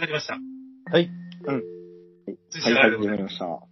まりました。 はい。 うん。はい、始まりました。はい。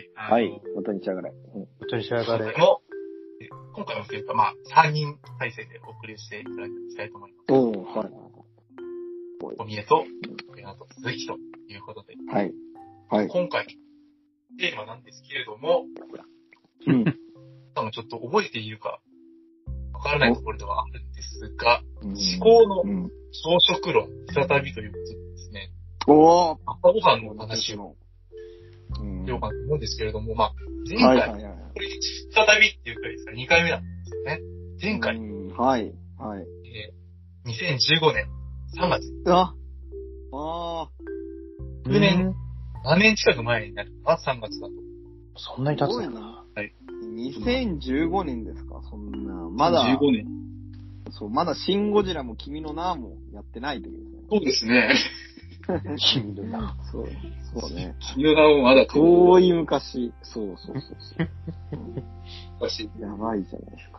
はい。音に仕上がれ。 音に仕上がれ。 今回もというか、3人体制でお送りしていきたいと思います。 はい。 小宮と、小宮と鈴木ということで。 はい。はい。 今回、テーマなんですけれども、多分ちょっと覚えているか、わからないところではあるんですが、思考の朝食論、再びということでですね。朝ごはんの話をしようかなと思うんですけれども、前回、これ再びっていうくらいですから2回目なんですよね。前回。 はい。 2015年3月。 9 年、何年近く前になるかな、3月だと。 そんなに経つんだな。 はい。2015年ですか、そんな。まだ。 15年。 そう、まだシン・ゴジラも君の名もやってない時ですね。 そうですね。 君の名。そうね。 君の名もまだ遠い昔。そう。 昔。 やばいじゃないですか。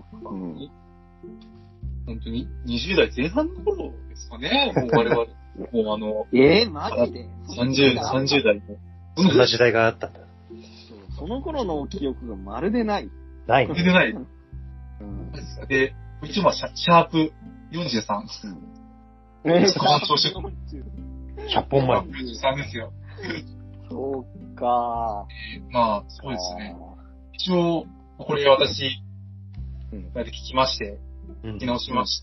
本当に20代前半の頃ですかね。もう我々。もうマジで ?30 代の。 そんな時代があったんだ。 その頃の記憶がまるでない。 ないね。 まるでない。で、一応シャープ43。 100 本前。 43ですよ。 そうか。 そうですね。一応、これ私、聞きまして、聞き直しまして、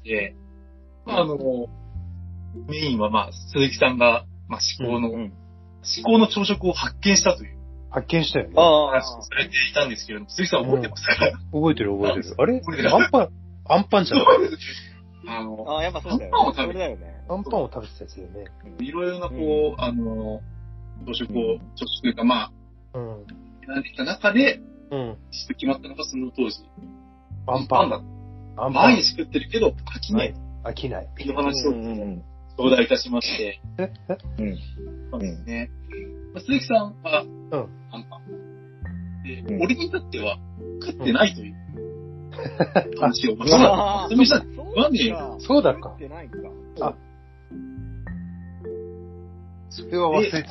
メインは鈴木さんが、思考の朝食を発見したという。 発見したよね。 話されていたんですけれども、鈴木さん覚えてますか？ 覚えてる。あれアンパンじゃないやっぱそうだよね。それだよね。 アンパンを食べてたやつだよね。 いろいろな朝食というか、選んできた中で、決まったのがその当時。アンパンだ。毎日食ってるけど、飽きない。 飽きない。 の話を頂戴いたしまして。そうですね。鈴木さんは、アンパン。で、俺にとっては、食ってないという話を、 そうだか。それは忘れてた。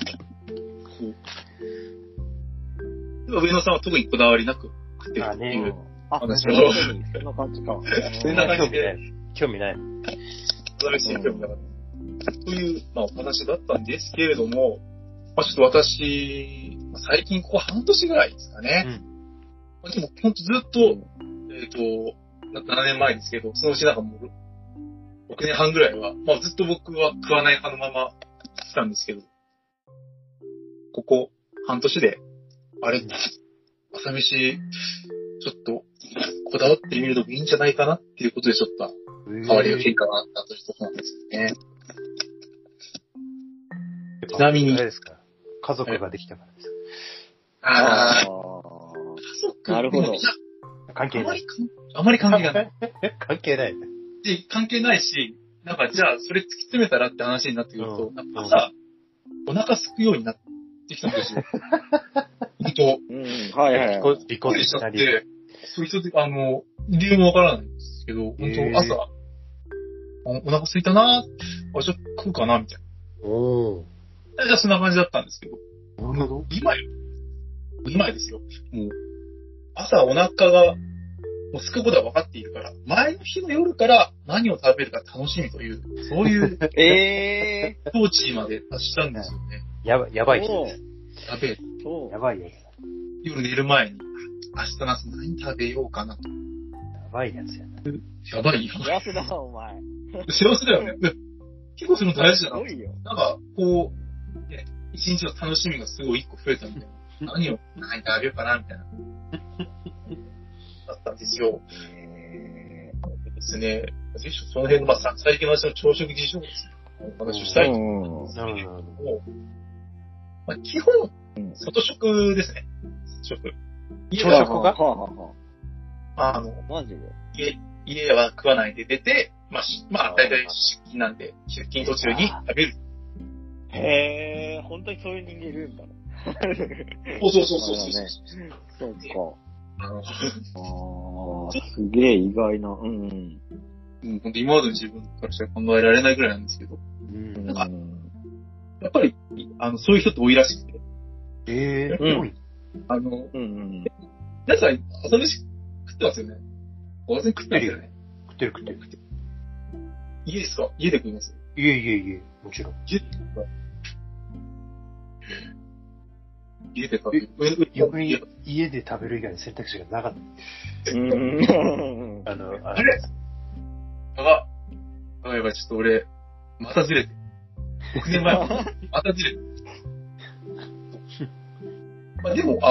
上野さんは特にこだわりなく食ってるっていう話を。 そんな感じか。 そんな感じで。 興味ない。 こだわりして興味なかった。という、お話だったんですけれども、ちょっと私、最近ここ半年ぐらいですかね。でも、ほんとずっと、7年前ですけど、そのうちなんかもう、6年半ぐらいは、ずっと僕は食わない派のまま来たんですけど、ここ半年で、朝飯、ちょっと、こだわってみるといいんじゃないかなっていうことでちょっと、変わりの変化があったということなんですよね。ちなみに。 家族ができたからです。 家族なるほど。 関係ない。 あまり関係がない。 関係ない。 関係ないし、じゃあ、それ突き詰めたらって話になってくると、朝、お腹すくようになってきたんですよ。本当。 離婚したり。 そういう理由もわからないんですけど、本当朝、お腹すいたなぁ、じゃあ食うかなみたいな。じゃあそんな感じだったんですけど。今ですよ。もう、朝お腹が、もうすくことは分かっているから、前の日の夜から何を食べるか楽しみという、そういう、境地まで達したんですよね。 やばい人です。やばいやつ。 夜寝る前に、明日の朝何食べようかなと。 やばいやつやな。 やばい。 幸せだな、お前。 幸せだよね。結構その大事だな。なんか、一日の楽しみがすごい一個増えたみたいな。何食べようかなみたいな。だったんですよ。ですね。ぜひその辺の、最近の朝の朝食事情ですね。お話をしたいと思います。なるほど。基本、外食ですね。 朝食がマジで家は食わないで出て、だいたい出勤なんで、出勤途中に食べる。 本当にそういう人間いるんだね。 そうか。すげえ意外な。 本当今までの自分からして考えられないぐらいなんですけど。 やっぱり、そういう人って多いらしくて。 多い。 皆さん、朝飯食ってますよね。お朝食ってますよね。 食ってる。 家ですか？家で食います？ 家。もちろん。 家で食べる。 逆に家で食べる以外の選択肢がなかった。 あれやばい、ちょっと俺、またずれて。6年前、またずれて。まあでも、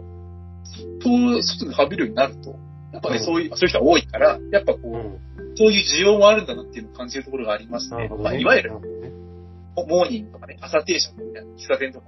外で食べるようになると、やっぱね、そういう人が多いから、やっぱこう、そういう需要もあるんだなっていうのを感じるところがありまして、まあ、いわゆる、モーニングとかね、朝定食みたいな、喫茶店とか、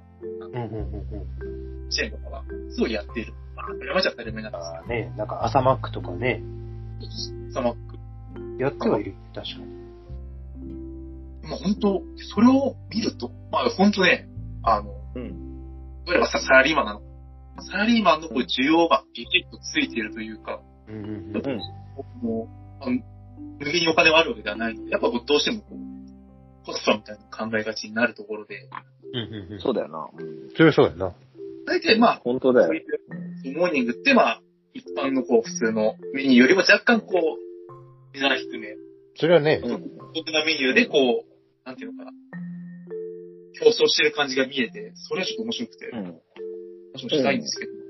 チェーンとかは、すごいやっている。まあ、山ちゃ当たり前なんですけど。ね、なんか朝マックとかね。 朝マック。 やってはいる、確かに。 まあ本当、それを見ると、まあ本当ね、いわゆるサラリーマンなの。サラリーマンのこう需要がビシッとついているというか、もう、無限にお金はあるわけではないので、やっぱどうしてもこう、コストみたいな考えがちになるところで。 そうだよな。 それはそうだよな。 大体まあ、 本当だよ。 そういうモーニングってまあ、一般のこう、普通のメニューよりも若干こう、値段低め。 それはね、 僕なメニューでこう、なんていうのかな。競争してる感じが見えて、それはちょっと面白くて、話もしたいんですけど。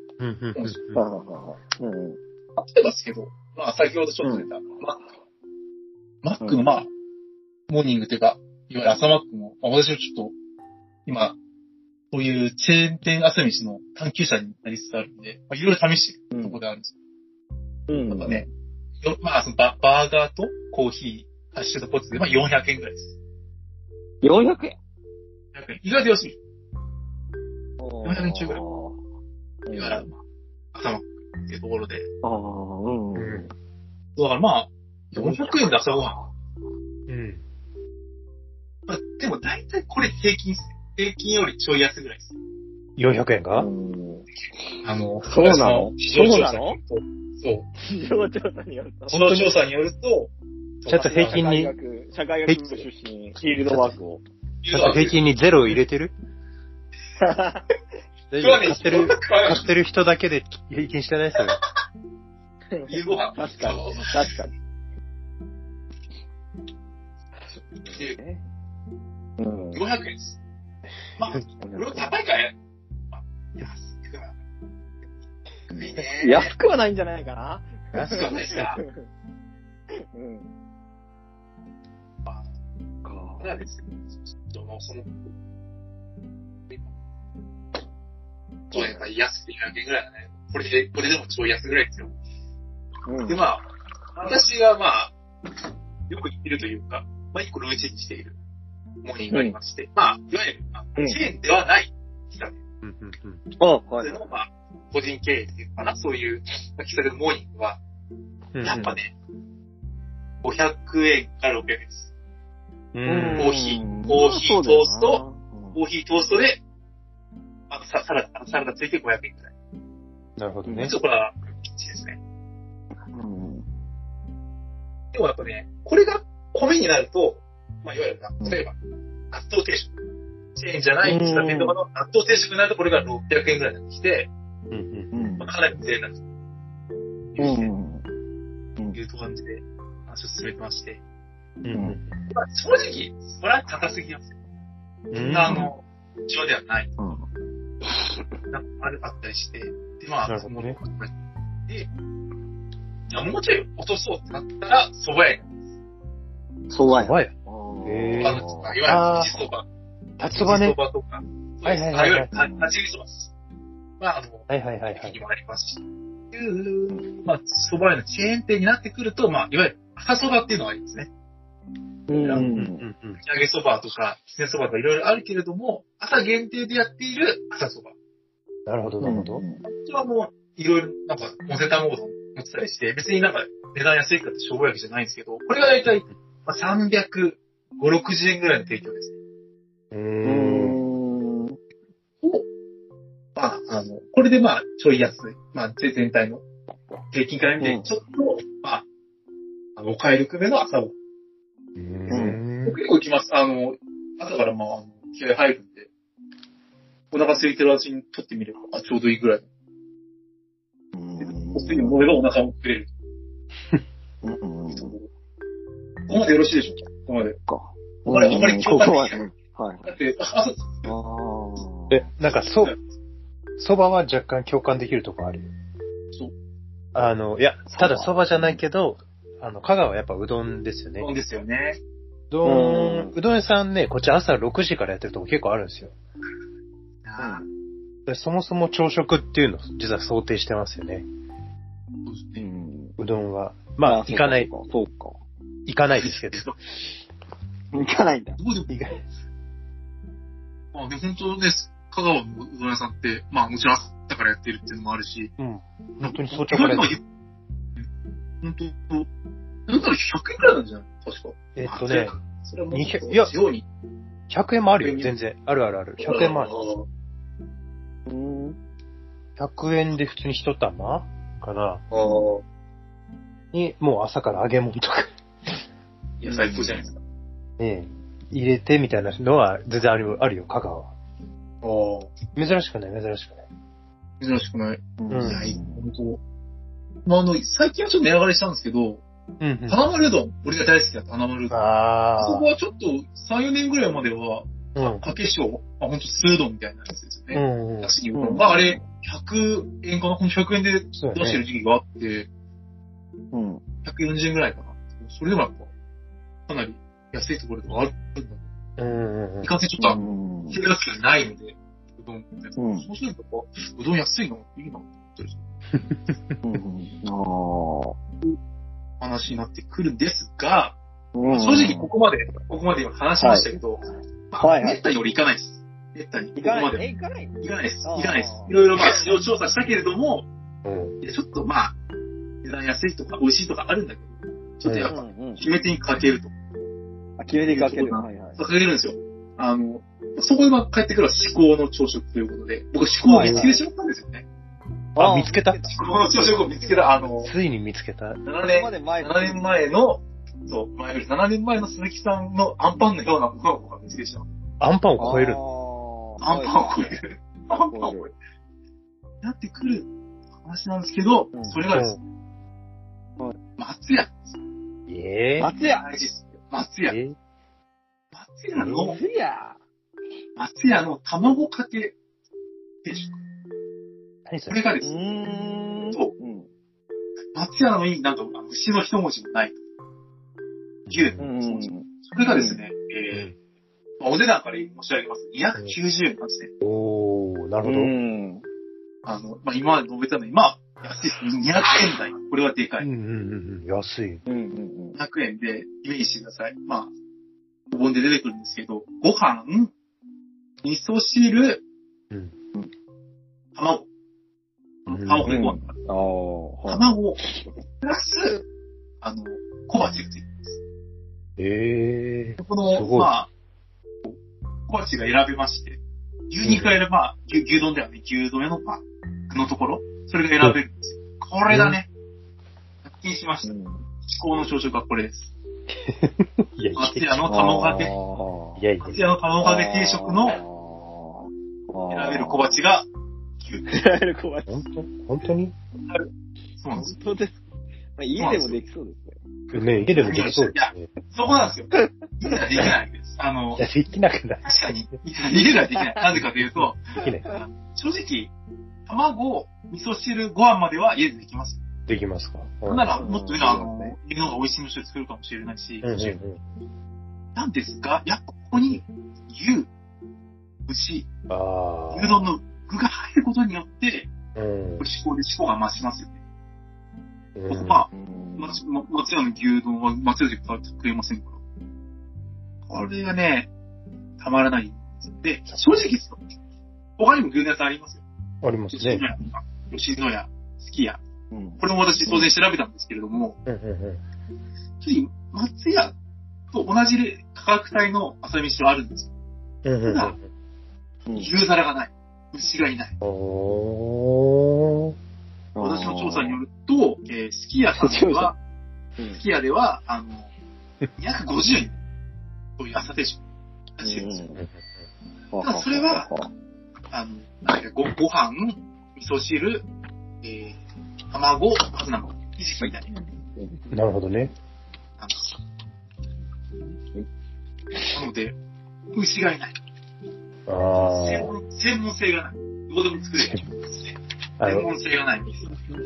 例えばですけど、まあ先ほどちょっと出た、マックのまあ、モーニングというか、いわゆる朝マックも、まあ、私はちょっと、今、そういうチェーン店朝飯の探求者になりつつあるんで、まあ、いろいろ試してるところであるんですよ。やっぱね、まあそのバーガーとコーヒー、ハッシュドポテトで、まあ400円ぐらいです。 400円 ?400 円。意外と安い。400円中ぐらい。いわゆる、朝マックっていうところで。だからまあ、400円で朝ごはん。まあ、でも大体これ平均ですね。平均よりちょい安ぐらいです。 400円がそうなの？ 市場調査によると。そう。 市場調査によると。 市場調査によると、 ちゃんと平均に、 社会学部出身、フィールドワークを。 ちゃんと平均にゼロを入れてる大丈夫？買ってる人だけで平均してないそれ。 夕ご飯。 確かに。 500円です。まあ、これは高いからね。 安くはないんじゃないかな。 安くはないですか。これはですね、そうやっぱり安く200円ぐらいだね。これでも超安ぐらいですよ。で、まあ、私がまあ、よく言ってるというか、まあ一個ルーチンにしているモーニングがありまして、まあ、いわゆる、チェーンではない喫茶店。 はい。 まあ、個人経営っていうのかな、そういう喫茶店のモーニングは、やっぱね、500円から600円です。コーヒートーストで、サラダついて500円くらい。 なるほどね。 ちょっとこれは、きっちりですね。でもやっぱね、これが米になると、まあ、いわゆる例えば、納豆定食。チェーンじゃない喫茶店とかの納豆定食になるとこれが600円くらいになってきて、まあ、かなり税なんです。いう感じで話を進めてまして。まあ、正直、それは高すぎますよ。そんな一応ではない。なんかあったりして。で、まあ、その、で、もうちょい落とそうってなったら、蕎麦屋なんです。 蕎麦屋。 いわゆる、立ち蕎麦。 立ち蕎麦ね。 立ち蕎麦とか。いわゆる、立ち食い蕎麦です。まあ、駅にもありますし。まあ、蕎麦屋のチェーン店になってくると、まあ、いわゆる朝蕎麦っていうのがありますね。打ち上げ蕎麦とか、きつね蕎麦とかいろいろあるけれども、朝限定でやっている朝蕎麦。 なるほど、なるほど。 こちらもいろいろなんか、乗せたモードを持ってたりして、別になんか値段安いかってしょうがないわけじゃないんですけど、これがだいたい350、60円ぐらいの提供ですね。まあ、これでまあ、ちょい安い。まあ、全体の平均から見て、ちょっと、まあ、お買い得めの朝ごはん。僕結構行きます。朝からまあ、気合入るんお腹空いてる味にとってみれば、ちょうどいいぐらい。おすぎに飲めばお腹もくれる。ここまでよろしいでしょうか？ここまで。あんまり共感できない。はい。だって、 なんか、蕎麦は若干共感できるとこあるよ。 そう。 いや、ただ蕎麦じゃないけど、香川はやっぱうどんですよね。 うどんですよね。 うどん屋さんね、こっち朝6時からやってるとこ結構あるんですよ。そもそも朝食っていうのを実は想定してますよね。うどんは。まあ、行かない。 そうか。 行かないですけど。 行かないんだ。 どこでも行かない。まあね、本当です。香川のうどん屋さんって、まあもちろん朝からやってるっていうのもあるし。 本当に早朝からやってる。 本当、なんだろう、100円くらいなんじゃない？確か。それはもう、いや、 100円もあるよ、全然。ある。100円もある。100円で普通に一玉かな。に、もう朝から揚げ物とか。 いや、最高じゃないですか。 入れてみたいなのは全然あるよ、香川は。珍しくない。 珍しくない。本当。最近はちょっと値上がりしたんですけど、花丸うどん、俺が大好きだった花丸うどん。あそこはちょっと3、4年ぐらいまでは、かけしょう、ほんと酢うどんみたいなやつですよね。安いうどん。あれ、100円かな？ほんと100円で出してる時期があって、140円ぐらいかな。それでもやっぱ、かなり安いところとかあるんだ。いかんせんちょっと、生活費がないので、うどんって。そうすると、うどん安いのいいなって言ったりする。話になってくるんですが、正直ここまで今話しましたけど、めったに俺行かないです。めったに。ここまで。行かないです。いろいろ市場調査したけれども、ちょっと値段安いとか美味しいとかあるんだけど、ちょっとやっぱ、決め手にかけると。 決め手にかける。 かけるんですよ。そこで帰ってくるのは至高の朝食ということで、僕至高を見つけてしまったんですよね。 見つけた？ 至高の朝食を見つけた。 ついに見つけた。 7年前の鈴木さんのアンパンのようなものを僕は見つけてしまった。 アンパンを超える。 アンパンを超える。なってくる話なんですけど、それがですね、松屋。 松屋の卵かけ定食。これがですね、松屋のいい、なんか、牛の一文字もない。牛の一文字。それがですね、お値段から申し上げます。290円なんですね。 なるほど。 今まで述べたのに、安いです。200円台。これはでかい。 安い。 200円でイメージしてください。お盆で出てくるんですけど、ご飯、味噌汁、卵。卵でご飯。卵、プラス、小鉢がついてます。この、小鉢が選べまして、牛肉が選べば、牛丼ではね、牛丼の具のところ、それが選べるんですよ。これだね。発見しました。至高の朝食はこれです。松屋の卵かけ定食の選べる小鉢が牛。 選べる小鉢。 本当に？ そうなんです。本当です。家でもできそうですね。家でもできそうですね。 そこなんですよ。家ではできないです。 できなくない。 確かに。家ではできない。なぜかというと、正直、卵、味噌汁、ご飯までは家でできます。 できますか。 なら、もっと家の方が美味しい味噌汁作るかもしれないし、なんですが、やっぱここに、牛、牛丼の具が入ることによって、至高が増しますよね。松屋の牛丼は松屋で食えませんから。これがね、たまらない。で、正直ですよ。他にも牛丼屋さんありますよ。 ありますね。 吉野家、すき家。これも私当然調べたんですけれども、松屋と同じ価格帯の朝飯はあるんですよ。ただ、牛皿がない。牛がいない。私の調査によると、すき家さんは、すき家では、250円という朝定食出してるんですよ。ただそれは、 ご飯、味噌汁、卵、まずなんか、ひじきみたいな。 なるほどね。 なので、牛がいない。専門性がない。どこでも作れる。専門性がない店。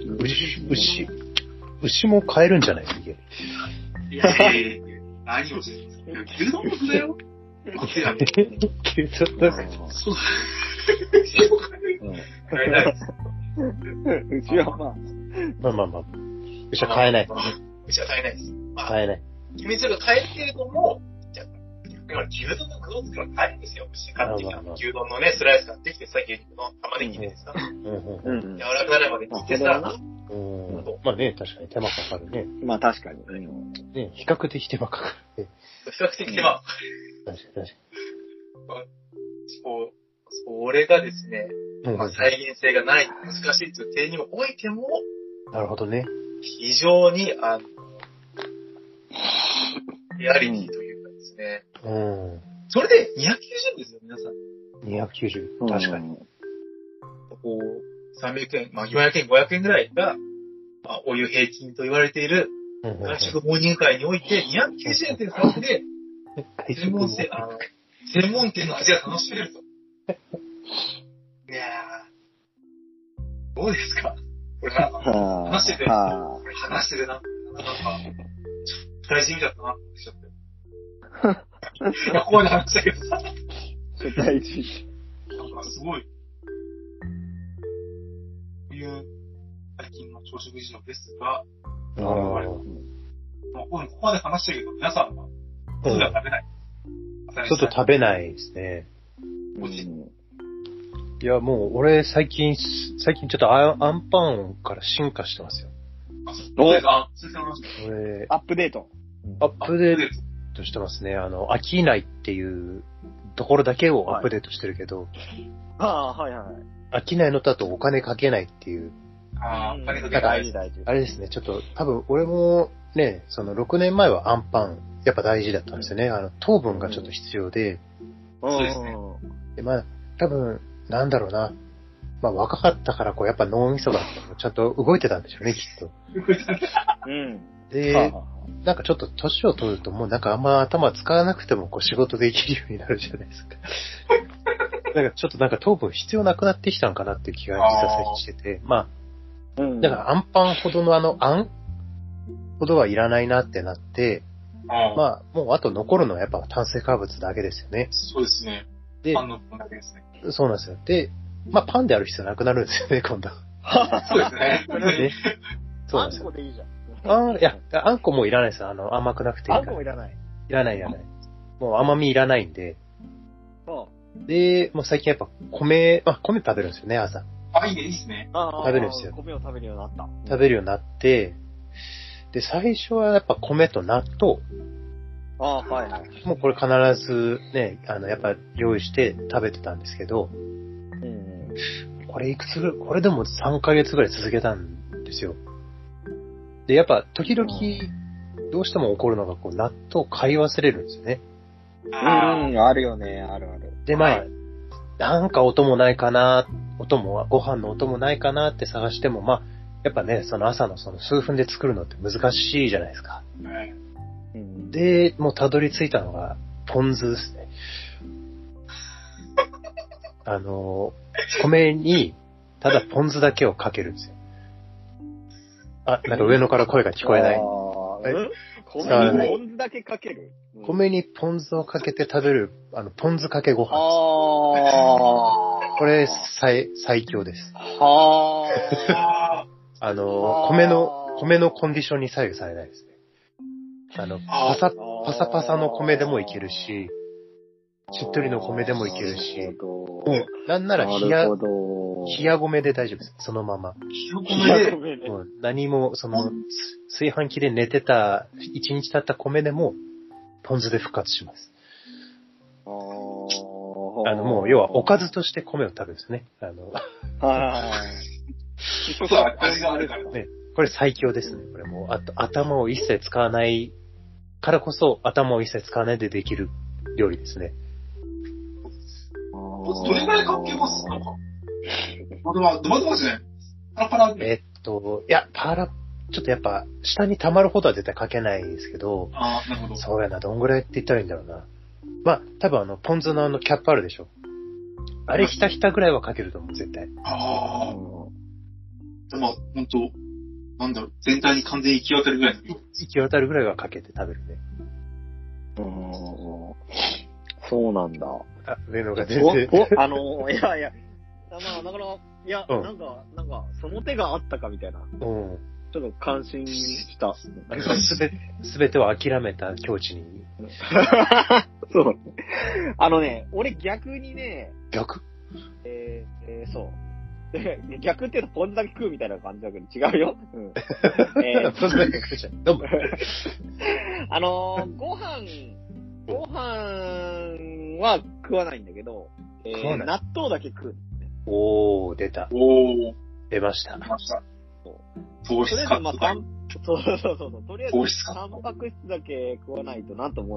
牛も買えるんじゃないですか、 いや何をしてるんですか。牛丼もだよ。牛丼だから。そう。牛も買えないです。 牛はまあ。 牛は買えない。 牛は買えないです。 買えない。 秘密が買えるけれども、牛丼の具を作るのは大変ですよ。牛買ってきた牛丼のね、スライス買ってきてさ、牛肉の玉ねぎでさ、柔らかくなるまで煮てさ、 まあね、確かに手間かかるね。 まあ確かに。 ね、比較的手間かかる。 比較的手間。 確かに。 それがですね、再現性がない、難しいという点においても、 なるほどね。 非常に、リアリティというかですね。それで290円ですよ、皆さん。 290。確かに。 300円、400円、500円ぐらいが、お湯平均と言われている、外食モーニング会において290円という価格で、専門店の味が楽しめると。いやー、どうですかこれなんか、話しててなんか、大事みたいだなって思っちゃって。ここまで話したけどさ。 大事。 なんかすごい。こういう最近の朝食事情ですが、ここまで話したけど、皆さんは、外が食べない。 外食べないですね。いや、もう、俺、最近ちょっとアンパンから進化してますよ。 俺、 アップデートしてますね。飽きないっていうところだけをアップデートしてるけど。飽きないのとあとお金かけないっていう。 お金かけない。 あれですね、ちょっと、多分、俺もね、その6年前はアンパン、やっぱ大事だったんですよね。糖分がちょっと必要で。 そうですね。 で、多分、なんだろうな。若かったからやっぱ脳みそがちゃんと動いてたんでしょうね、きっと。で、なんかちょっと年を取るともうなんかあんま頭使わなくても仕事できるようになるじゃないですか。なんかちょっとなんか糖分必要なくなってきたんかなっていう気が実は最近してて、だからアンパンほどのあんほどはいらないなってなって、もうあと残るのはやっぱ炭水化物だけですよね。 そうですね。パンの分だけですね。 そうなんですよ。で、パンである必要なくなるんですよね、今度。 そうですね。 そうなんですよ。 あんこでいいじゃん。 いや、あんこもういらないです。甘くなくていいから。 あんこもいらない。 いらない。もう甘みいらないんで。で、もう最近やっぱ米食べるんですよね、朝。 いいですね。 食べるんですよ。 米を食べるようになった。 食べるようになって、で、最初はやっぱ米と納豆。もうこれ必ずね、やっぱ用意して食べてたんですけど、これでも3ヶ月ぐらい続けたんですよ。で、やっぱ時々どうしても起こるのが納豆買い忘れるんですよね。 あるよね、ある。 で、なんか音もないかな、ご飯の音もないかなって探しても、やっぱね、その朝のその数分で作るのって難しいじゃないですか。で、もうたどり着いたのが、ポン酢ですね。米に、ただポン酢だけをかけるんですよ。なんか上野から声が聞こえない。 米にポン酢だけかける？ 米にポン酢をかけて食べる、ポン酢かけご飯です。これ、最強です。米のコンディションに左右されないですね。パサパサの米でもいけるし、しっとりの米でもいけるし、なんなら冷や米で大丈夫です。そのまま。冷や米で何も、炊飯器で寝てた、1日経った米でも、ポン酢で復活します。もう、要は、おかずとして米を食べるんですね。これ最強ですね。これもう、頭を一切使わないからこそ、頭を一切使わないでできる料理ですね。 どれぐらいかけますなんか。ドバドバじゃないパラパラ。 いや、ちょっとやっぱ、下に溜まるほどは絶対かけないですけど。 なるほど。 そうやな、どんぐらいって言ったらいいんだろうな。まあ、多分ポン酢のキャップあるでしょ。あれひたひたぐらいはかけると思う、絶対。 でも、本当全体に完全に行き渡るぐらいの量。 行き渡るぐらいはかけて食べるね。 そうなんだ。 上野が全然。 いや、まあ、だから、いや、なんか、その手があったかみたいな。ちょっと感心した。 すべてを諦めた境地に。 そう。俺逆にね。 逆そう。逆って言うとポン酢だけ食うみたいな感じだけど違うよ。ポン酢だけ食うじゃん。どうも。 ご飯は食わないんだけど、納豆だけ食う。 出た。出ました。 糖質カットだ。 そう。とりあえず、タンパク質だけ食わないとなと思って。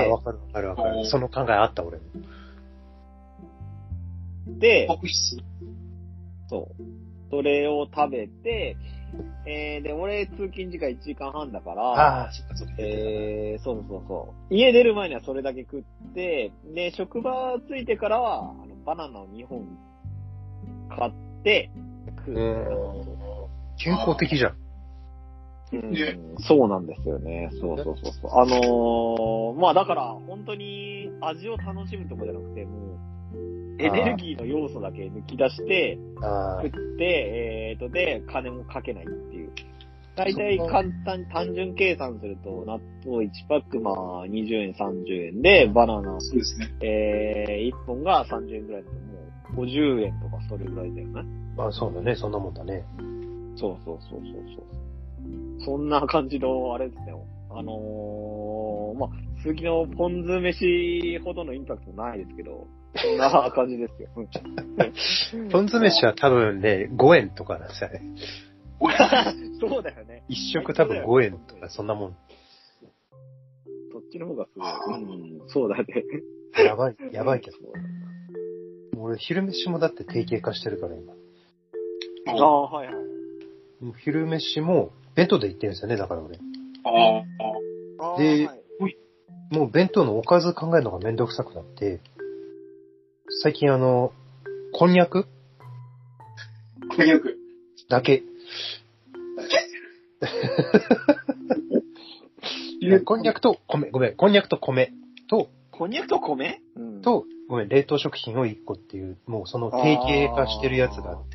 わかる。その考えあった、俺も。 で、 タンパク質そう。それを食べて、で、俺、通勤時間1時間半だから、 そっか。 そう。家出る前にはそれだけ食って、で、職場着いてからは、バナナを2本買って食う。 健康的じゃん。 そうなんですよね。そう。まあだから、本当に味を楽しむとかじゃなくて、もう、エネルギーの要素だけ抜き出して、食って、で、金もかけないっていう。大体単純計算すると、納豆1パック、まあ、20円、30円で、バナナ、 そうですね。 1本が30円ぐらいだと、もう、50円とかそれぐらいだよね。 そうだね、そんなもんだね。 そう。そんな感じの、あれですよ。まあ、鈴木のポン酢飯ほどのインパクトないですけど、そんな感じですよ。 ポン酢飯は多分ね、5円とかなんですよね。 そうだよね。 一食多分5円とか、そんなもん。 そっちの方がすごい。そうだね。 やばいけど。俺、昼飯もだって定型化してるから今。 はい。 昼飯も弁当で行ってるんですよね、だから俺。で、もう弁当のおかず考えるのがめんどくさくなって、最近こんにゃくだけ。こんにゃくと米。こんにゃくと米と、冷凍食品を1個っていう、もうその定型化してるやつがあって。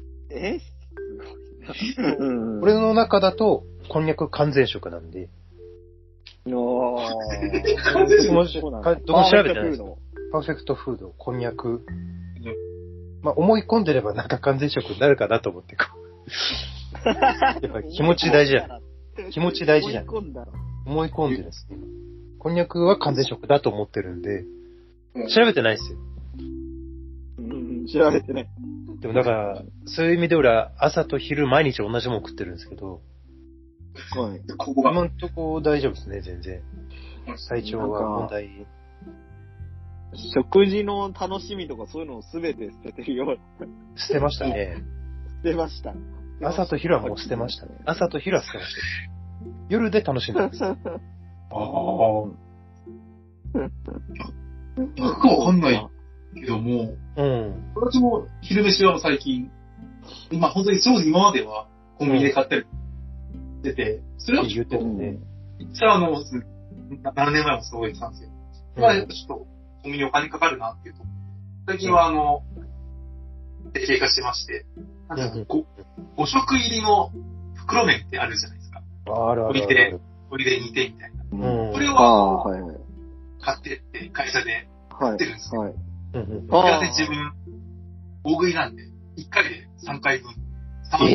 俺の中だと、こんにゃく完全食なんで。どこも調べてないです。パーフェクトフード、こんにゃく。まあ、思い込んでればなんか完全食になるかなと思って。やっぱ気持ち大事や。思い込んでですね。こんにゃくは完全食だと思ってるんで、調べてないですよ。 調べてね。 でもだから、そういう意味で俺は朝と昼毎日同じもの食ってるんですけど、今んとこ大丈夫ですね、全然。体調は問題。 食事の楽しみとかそういうのを全て捨ててるよ。 捨てましたね。 捨てました。 朝と昼はもう捨てましたね。朝と昼は捨てました。夜で楽しんでます。 よくわかんないけども、私も昼飯は最近、本当に正直今まではコンビニで買ってる。出て、それは言ってるね。 それは7年前もそう言ってたんですよ。それはちょっとコンビニお金かかるなっていうと。最近は定型化してまして、5食入りの袋麺ってあるじゃないですか。 ある。 鶏で煮てみたいな。これを買ってって、会社で買ってるんですよ。それで自分、大食いなんで、1回で3回分。 やば。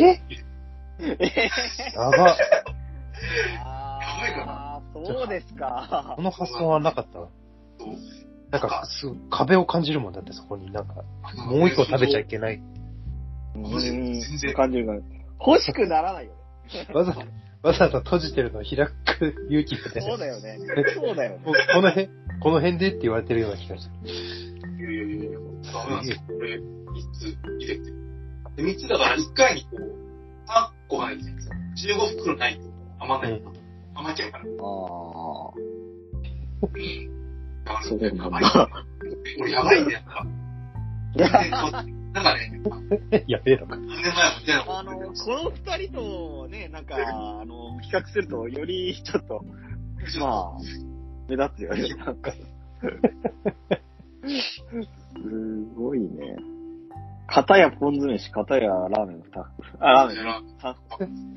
やばいかな。 そうですか。 この発想はなかったわ。なんか、壁を感じるもんだってそこになんか、もう一個食べちゃいけない。 全然感じるから。欲しくならないよね。 わざわざ閉じてるのを開く勇気みたいな。 そうだよね。 この辺でって言われてるような気がする。 ダメなんですよ。これ、3つ入れて。で、3つだから1回にこう、3個がないといけないんですよ。15袋ないと余んない。余っちゃうから。 そうなんだ。 俺やばいんだよ、なんかね。 やべえのか。 この二人とね、なんか、比較すると、よりちょっと、まあ、目立つよね、なんか。すごいね。片やポン酢飯、片やラーメン2つ。ラーメン3つ。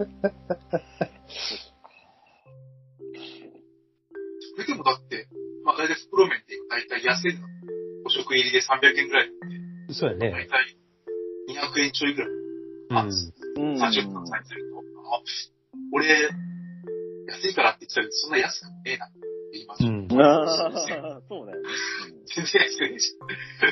それでもだって、まあ大体袋麺って大体安いの。5食入りで300円ぐらいなんで。 そうやね。 大体200円ちょいぐらい。30分さえすると、俺、安いからって言ってたけど、そんな安くねえなって言います。 そうだよね。 全然安くねえし。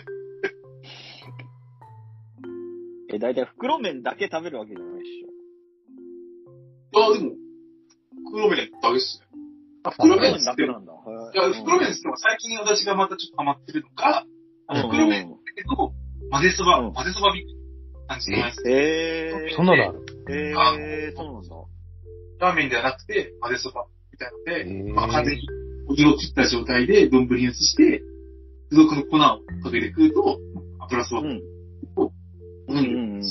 大体袋麺だけ食べるわけじゃないでしょ。でも、袋麺だけっすね。 袋麺だけなんだ。 いや、袋麺って言っても最近私がまたちょっとハマってるのが、袋麺だけど、混ぜそばみたいな感じじゃないですか。 そんなのある？ そうなんだ。 ラーメンではなくて、混ぜそばみたいなので、まあ完全にお湯を切った状態で丼に移して、付属の粉をかけて食うと、油そばをそん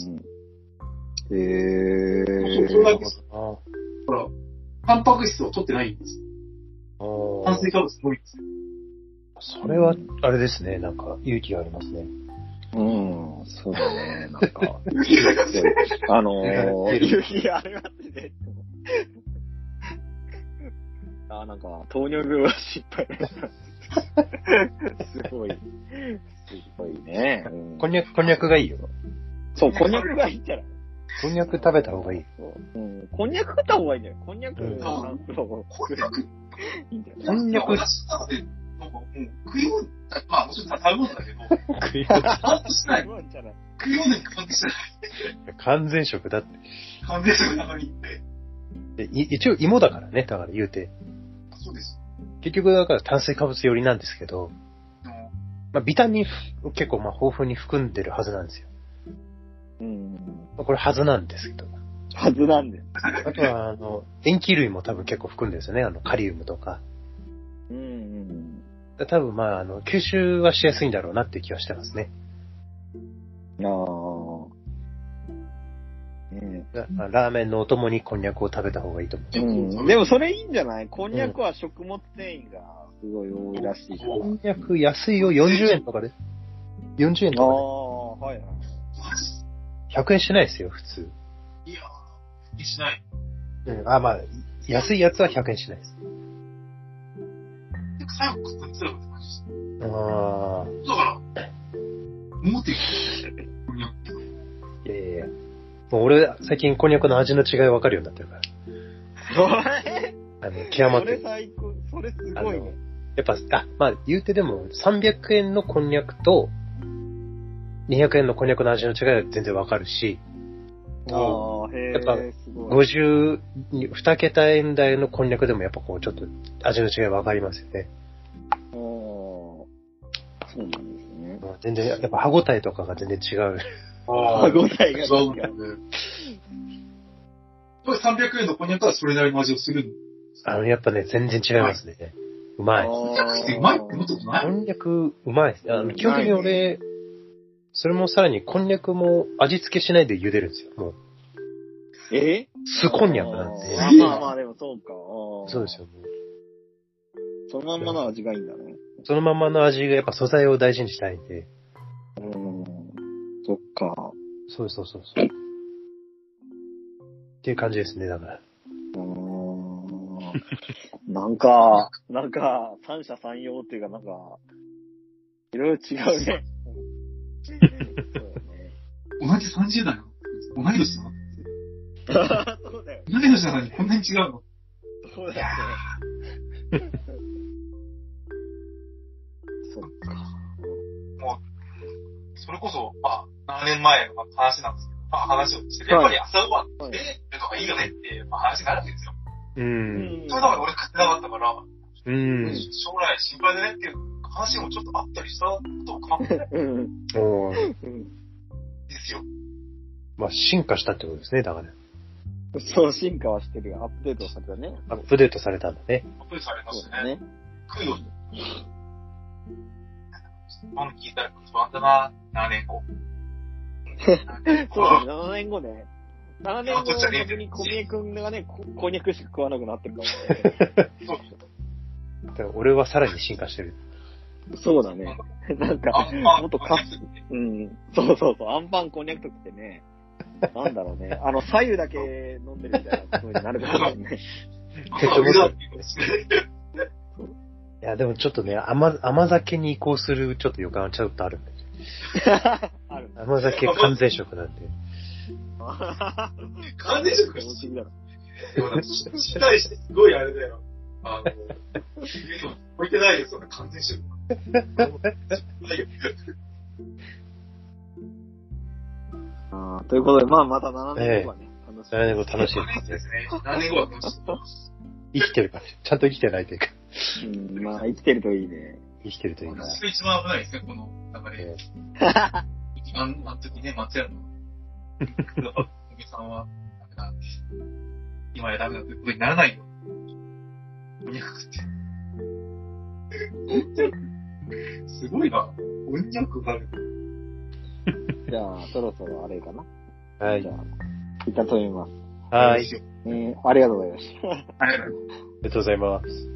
だけです。ほら、タンパク質を取ってないんです。炭水化物多いんですよ。 それは、あれですね、なんか、勇気がありますね。 そうだね、なんか。 勇気がありますね。 勇気がありますね。なんか、糖尿病は失敗だ。すごいね。 こんにゃくがいいよ。 そう、こんにゃくがいいんじゃない？ こんにゃく食べた方がいい。 こんにゃく食った方がいいんじゃない？こんにゃく、いいんじゃない？ こんにゃく。 私なので、なんか、食い物、まあもちろん食べ物だけど、 食い物。 カウントしてない。食い物にカウントしてない。 完全食だって。 完全食なのにって。 一応芋だからね、だから言うて。 そうです。 結局だから炭水化物寄りなんですけど、まあ、ビタミン結構まあ豊富に含んでるはずなんですよ。これはずなんですけど。 はずなんです。 あとは塩基類も多分結構含んでるんですよね。カリウムとか。多分まあ吸収はしやすいんだろうなっていう気はしてますね。ラーメンのお供にこんにゃくを食べた方がいいと思う。 でもそれいいんじゃない？こんにゃくは食物繊維がすごい多いらしいから。 こんにゃく安いよ、40円とかで。40円とかで。 はいはい。 100円しないですよ、普通。 いやー、しない。 まあ、安いやつは100円しないです。 最後食ったんですよって感じです。だから、思ってる。こんにゃく。 いや。もう俺、最近こんにゃくの味の違い分かるようになってるから。極まってる。 それ最高。それすごいね。 やっぱ、まあ、言うてでも、300円のこんにゃくと、200円のこんにゃくの味の違いは全然分かるし、やっぱ、2桁円台のこんにゃくでもやっぱこう、ちょっと味の違い分かりますよね。 そうなんですね。 全然、やっぱ歯応えとかが全然違う。 歯応えが違う。 これ300円のこんにゃくはそれなりの味をするの？ やっぱね、全然違いますね。うまい。 こんにゃくってうまいって思ったことない？ こんにゃくうまい。基本的に俺、それもさらにこんにゃくも味付けしないで茹でるんですよ、もう。酢こんにゃくなんで。 まあでもそうか。 そうですよ、 そのまんまの味がいいんだね。 そのままの味がやっぱ素材を大事にしたいんで。 そっか。 そう。っていう感じですね、だから。 なんか、三者三様っていうかなんか、いろいろ違うね。 同じ30代の同い年なの？ そうだよ。 同い年なのにこんなに違うの？ そうだよね。そっか。 もう、それこそ、7年前の話なんですけど、話をして、やっぱり朝ごはんってるのがいいよねって、話になるわけですよ。それだから俺買ってなかったから、将来心配だねっていう話話もちょっとあったりしたとか、ですよ。 まあ、進化したってことですね、だから。 そう、進化はしてるよ。アップデートされたね。 アップデートされたんだね。 アップデートされましたね。来るように。今の聞いたら不安だな、7年後。 そうだね、7年後ね。7年後、逆に小宮君がね、こんにゃくしか食わなくなってるかもね。 俺はさらに進化してる。 そうだね。なんか、もっとうん。そうそうそう、アンパンこんにゃくときってね、なんだろうね。左右だけ飲んでるみたいな風になるかもしれない。 いや、でもちょっとね、甘酒に移行するちょっと予感はちょっとあるんで。甘酒完全食なんで。 完全食不思議だろ。でも期待してすごいあれだよ。置いてないよ、そんな完全食。 ということで、まあまた7年後はね、 7年後楽しみですね。7年後は楽し生み。 きてるから、ちゃんと生きてないというか。 まあ生きてるといいね。 生きてるといいな。 それ一番危ないですね、この流れ。あの時ね、松屋の、お客さんはダメだって。今やダメだということにならないよ。こんにゃくって。すごいな。こんにゃくがある。 じゃあ、そろそろあれかな。 はい。 じゃあ、一旦止めます。 はい。 ありがとうございました。 ありがとうございます。 ありがとうございます。